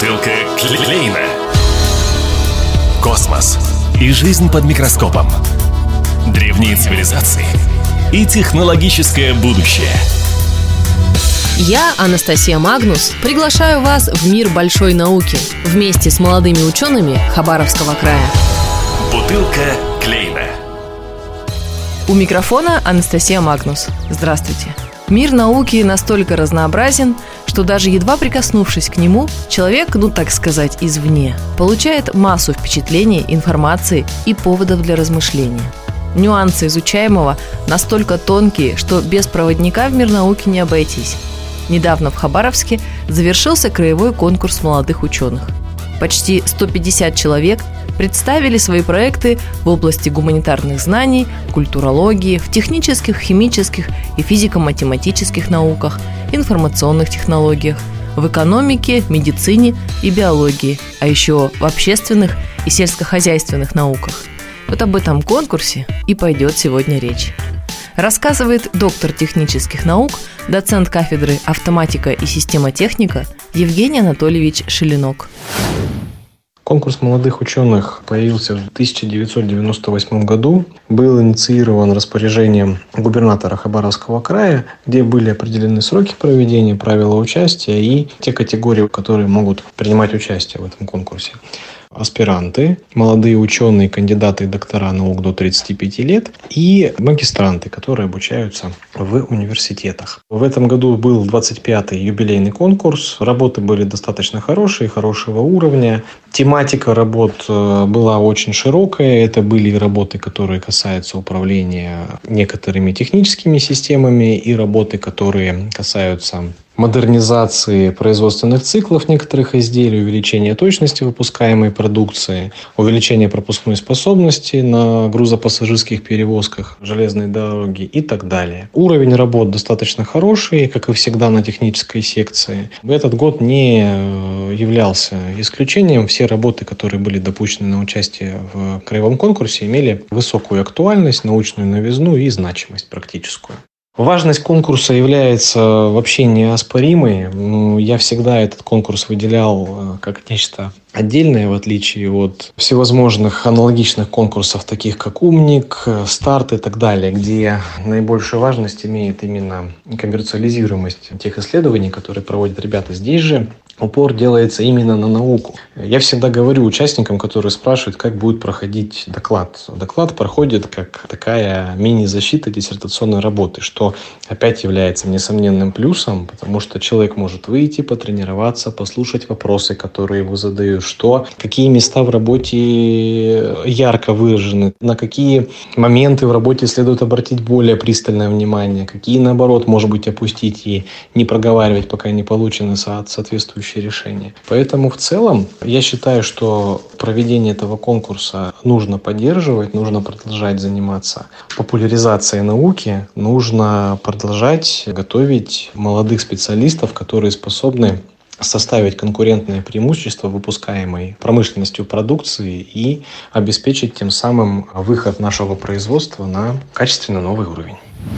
Бутылка Клейна. Космос и жизнь под микроскопом. Древние цивилизации и технологическое будущее. Я, Анастасия Магнус, приглашаю вас в мир большой науки вместе с молодыми учеными Хабаровского края. Бутылка Клейна. У микрофона Анастасия Магнус. Здравствуйте. Мир науки настолько разнообразен, что даже едва прикоснувшись к нему, человек, так сказать, извне, получает массу впечатлений, информации и поводов для размышления. Нюансы изучаемого настолько тонкие, что без проводника в мир науки не обойтись. Недавно в Хабаровске завершился краевой конкурс молодых ученых. Почти 150 человек представили свои проекты в области гуманитарных знаний, культурологии, в технических, химических и физико-математических науках, информационных технологиях, в экономике, медицине и биологии, а еще в общественных и сельскохозяйственных науках. Вот об этом конкурсе и пойдет сегодня речь. Рассказывает доктор технических наук, доцент кафедры автоматика и системотехника Евгений Анатольевич Шилинок. Конкурс молодых ученых появился в 1998 году. Был инициирован распоряжением губернатора Хабаровского края, где были определены сроки проведения, правила участия и те категории, которые могут принимать участие в этом конкурсе. Аспиранты, молодые ученые, кандидаты и доктора наук до 35 лет и магистранты, которые обучаются в университетах. В этом году был 25-й юбилейный конкурс. Работы были достаточно хорошие, хорошего уровня. Тематика работ была очень широкая. Это были работы, которые касаются управления некоторыми техническими системами и работы, которые касаются модернизации производственных циклов некоторых изделий, увеличения точности выпускаемой продукции, увеличения пропускной способности на грузопассажирских перевозках, железной дороги и так далее. Уровень работ достаточно хороший, как и всегда на технической секции. Этот год не являлся исключением. Все работы, которые были допущены на участие в краевом конкурсе, имели высокую актуальность, научную новизну и значимость практическую. Важность конкурса является вообще неоспоримой. Я всегда этот конкурс выделял как нечто отдельное, в отличие от всевозможных аналогичных конкурсов, таких как «Умник», «Старт» и так далее, где наибольшую важность имеет именно коммерциализируемость тех исследований, которые проводят ребята. Здесь же упор делается именно на науку. Я всегда говорю участникам, которые спрашивают, как будет проходить доклад. Доклад проходит как такая мини-защита диссертационной работы, что опять является несомненным плюсом, потому что человек может выйти, потренироваться, послушать вопросы, которые ему задают, какие места в работе ярко выражены, на какие моменты в работе следует обратить более пристальное внимание, какие, наоборот, может быть, опустить и не проговаривать, пока не получены соответствующие решения. Поэтому в целом я считаю, что проведение этого конкурса нужно поддерживать, нужно продолжать заниматься популяризацией науки, нужно продолжать готовить молодых специалистов, которые способны составить конкурентное преимущество выпускаемой промышленностью продукции и обеспечить тем самым выход нашего производства на качественно новый уровень.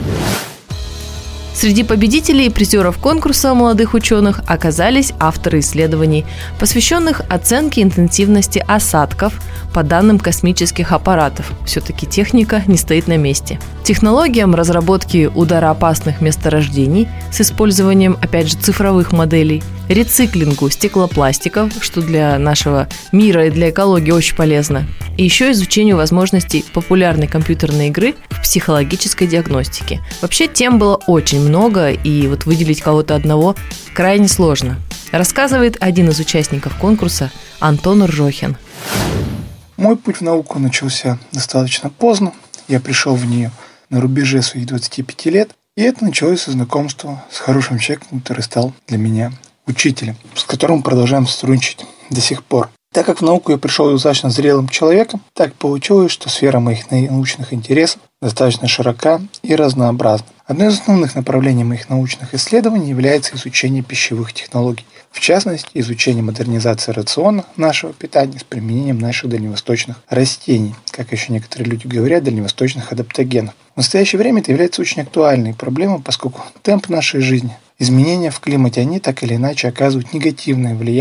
Среди победителей и призеров конкурса молодых ученых оказались авторы исследований, посвященных оценке интенсивности осадков по данным космических аппаратов. Все-таки техника не стоит на месте. Технологиям разработки удароопасных месторождений с использованием, опять же, цифровых моделей, рециклингу стеклопластиков, что для нашего мира и для экологии очень полезно, и еще изучению возможностей популярной компьютерной игры в психологической диагностике. Вообще тем было очень много, и выделить кого-то одного крайне сложно. Рассказывает один из участников конкурса Антон Ржохин. Мой путь в науку начался достаточно поздно. Я пришел в нее на рубеже своих 25 лет, и это началось со знакомства с хорошим человеком, который стал для меня учителем, с которым продолжаем сотрудничать до сих пор. Так как в науку я пришел достаточно зрелым человеком, так получилось, что сфера моих научных интересов достаточно широка и разнообразна. Одно из основных направлений моих научных исследований является изучение пищевых технологий. В частности, изучение модернизации рациона нашего питания с применением наших дальневосточных растений, как еще некоторые люди говорят, дальневосточных адаптогенов. В настоящее время это является очень актуальной проблемой, поскольку темп нашей жизни, изменения в климате, они так или иначе оказывают негативное влияние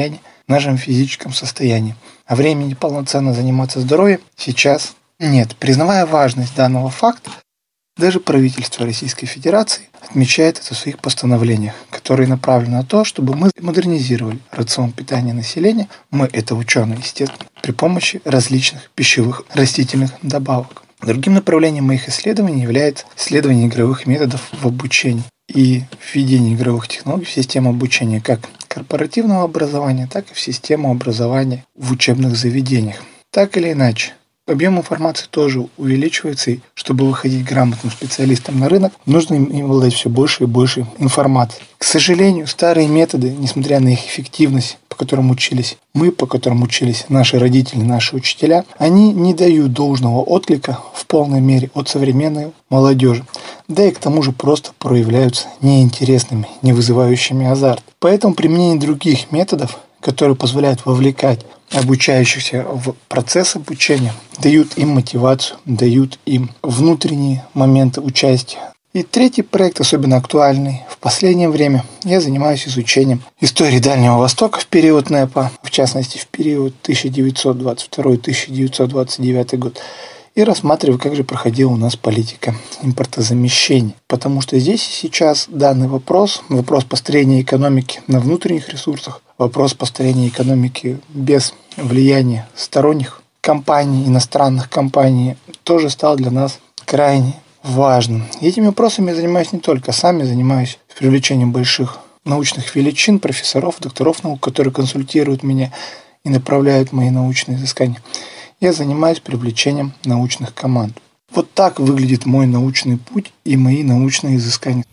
в нашем физическом состоянии. А времени полноценно заниматься здоровьем сейчас нет. Признавая важность данного факта, даже правительство Российской Федерации отмечает это в своих постановлениях, которые направлены на то, чтобы мы модернизировали рацион питания населения, мы, это ученые, естественно, при помощи различных пищевых растительных добавок. Другим направлением моих исследований является исследование игровых методов в обучении и введение игровых технологий в систему обучения как корпоративного образования, так и в систему образования в учебных заведениях. Так или иначе, объем информации тоже увеличивается, и чтобы выходить грамотным специалистам на рынок, нужно им обладать все больше и больше информации. К сожалению, старые методы, несмотря на их эффективность, по которым учились мы, по которым учились наши родители, наши учителя, они не дают должного отклика в полной мере от современной молодежи. Да и к тому же просто проявляются неинтересными, не вызывающими азарт. Поэтому применение других методов, которые позволяют вовлекать обучающихся в процесс обучения, дают им мотивацию, дают им внутренние моменты участия. И третий проект, особенно актуальный в последнее время, я занимаюсь изучением истории Дальнего Востока в период НЭПа, в частности в период 1922-1929 год, и рассматриваю, как же проходила у нас политика импортозамещения. Потому что здесь и сейчас данный вопрос построения экономики на внутренних ресурсах, вопрос построения экономики без влияния сторонних компаний, иностранных компаний, тоже стал для нас крайне важным. И этими вопросами я занимаюсь не только сам, я занимаюсь привлечением больших научных величин, профессоров, докторов наук, которые консультируют меня и направляют мои научные изыскания. Я занимаюсь привлечением научных команд. Вот так выглядит мой научный путь и мои научные изыскания.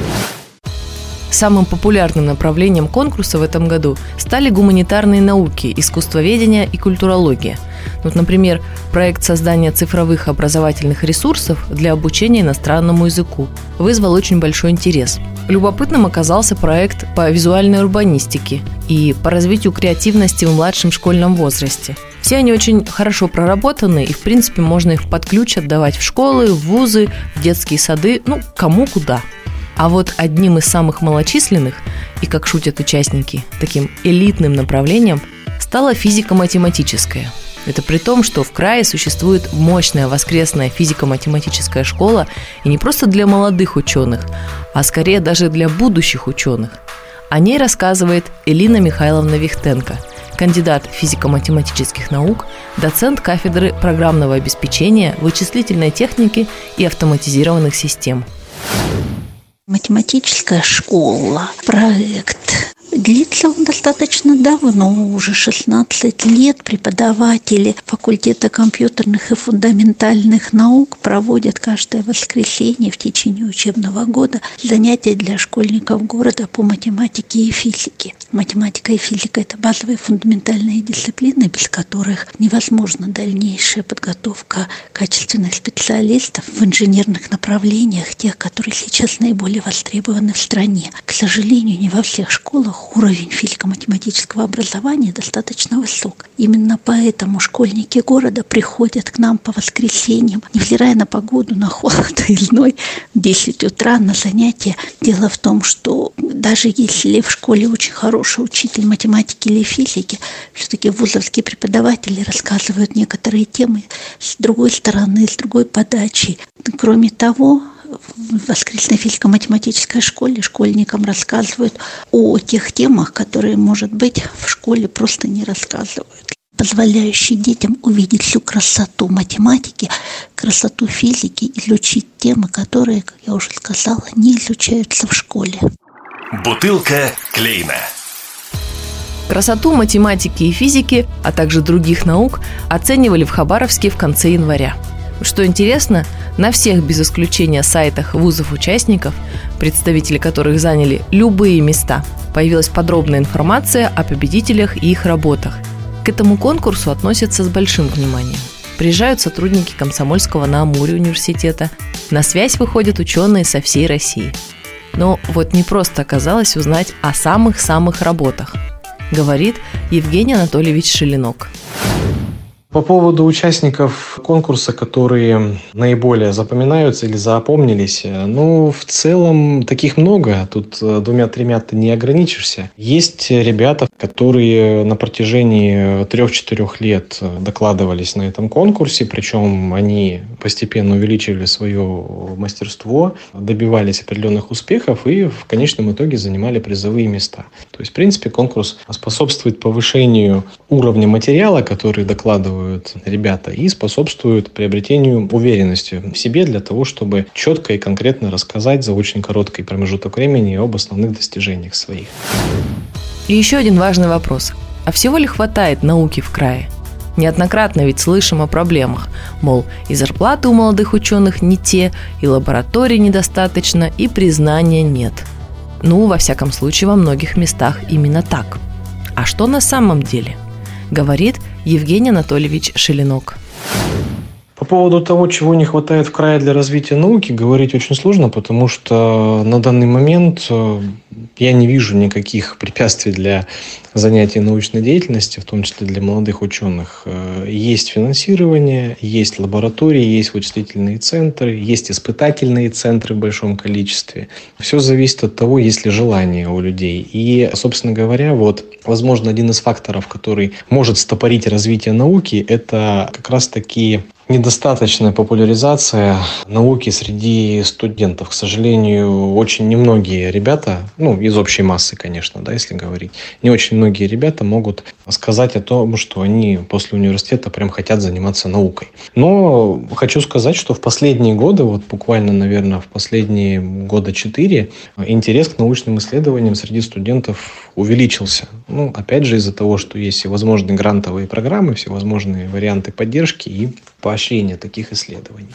Самым популярным направлением конкурса в этом году стали гуманитарные науки, искусствоведение и культурология. Вот, например, проект создания цифровых образовательных ресурсов для обучения иностранному языку вызвал очень большой интерес. Любопытным оказался проект по визуальной урбанистике и по развитию креативности в младшем школьном возрасте. Все они очень хорошо проработаны, и, в принципе, можно их под ключ отдавать в школы, в вузы, в детские сады, кому куда. А вот одним из самых малочисленных, и, как шутят участники, таким элитным направлением стала физико-математическая. Это при том, что в крае существует мощная воскресная физико-математическая школа, и не просто для молодых ученых, а скорее даже для будущих ученых. О ней рассказывает Элина Михайловна Вихтенко, кандидат физико-математических наук, доцент кафедры программного обеспечения, вычислительной техники и автоматизированных систем. Математическая школа, проект. Длится он достаточно давно, уже 16 лет. Преподаватели факультета компьютерных и фундаментальных наук проводят каждое воскресенье в течение учебного года занятия для школьников города по математике и физике. Математика и физика – это базовые фундаментальные дисциплины, без которых невозможна дальнейшая подготовка качественных специалистов в инженерных направлениях, тех, которые сейчас наиболее востребованы в стране. К сожалению, не во всех школах уровень физико-математического образования достаточно высок. Именно поэтому школьники города приходят к нам по воскресеньям, невзирая на погоду, на холод и зной, в 10 утра на занятия. Дело в том, что даже если в школе очень хороший учитель математики или физики, все-таки вузовские преподаватели рассказывают некоторые темы с другой стороны, с другой подачи. Кроме того, в воскресной физико-математической школе школьникам рассказывают о тех темах, которые, может быть, в школе просто не рассказывают, позволяющие детям увидеть всю красоту математики, красоту физики, изучить темы, которые, как я уже сказала, не изучаются в школе. Бутылка Клейна. Красоту математики и физики, а также других наук оценивали в Хабаровске в конце января. Что интересно, на всех без исключения сайтах вузов-участников, представители которых заняли любые места, появилась подробная информация о победителях и их работах. К этому конкурсу относятся с большим вниманием. Приезжают сотрудники Комсомольского-на-Амуре университета, на связь выходят ученые со всей России. Но вот не просто оказалось узнать о самых-самых работах, говорит Евгений Анатольевич Шелинок. По поводу участников конкурса, которые наиболее запоминаются или запомнились, в целом таких много. Тут 2-3 ты не ограничишься. Есть ребята, которые на протяжении 3-4 лет докладывались на этом конкурсе, причем они постепенно увеличивали свое мастерство, добивались определенных успехов и в конечном итоге занимали призовые места. То есть, в принципе, конкурс способствует повышению уровня материала, который докладывают ребята, и способствует приобретению уверенности в себе для того, чтобы четко и конкретно рассказать за очень короткий промежуток времени об основных достижениях своих. И еще один важный вопрос. А всего ли хватает науки в крае? Неоднократно ведь слышим о проблемах. Мол, и зарплаты у молодых ученых не те, и лабораторий недостаточно, и признания нет. Во всяком случае, во многих местах именно так. А что на самом деле? Говорит Евгений Анатольевич Шелинок. По поводу того, чего не хватает в крае для развития науки, говорить очень сложно, потому что на данный момент я не вижу никаких препятствий для занятий научной деятельностью, в том числе для молодых ученых. Есть финансирование, есть лаборатории, есть вычислительные центры, есть испытательные центры в большом количестве. Все зависит от того, есть ли желание у людей. И, собственно говоря, возможно, один из факторов, который может стопорить развитие науки, это как раз-таки недостаточная популяризация науки среди студентов. К сожалению, очень немногие ребята, из общей массы, конечно, если говорить, не очень многие ребята могут сказать о том, что они после университета прям хотят заниматься наукой. Но хочу сказать, что в последние годы, буквально, наверное, в последние 4 года, интерес к научным исследованиям среди студентов увеличился. Опять же, из-за того, что есть всевозможные грантовые программы, всевозможные варианты поддержки и поощрения таких исследований.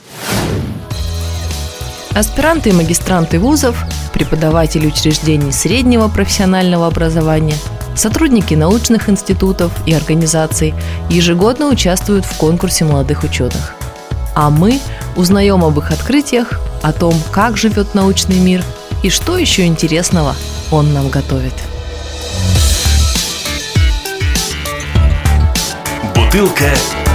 Аспиранты и магистранты вузов, преподаватели учреждений среднего профессионального образования, сотрудники научных институтов и организаций ежегодно участвуют в конкурсе молодых ученых. А мы узнаем об их открытиях, о том, как живет научный мир и что еще интересного он нам готовит. Бутылка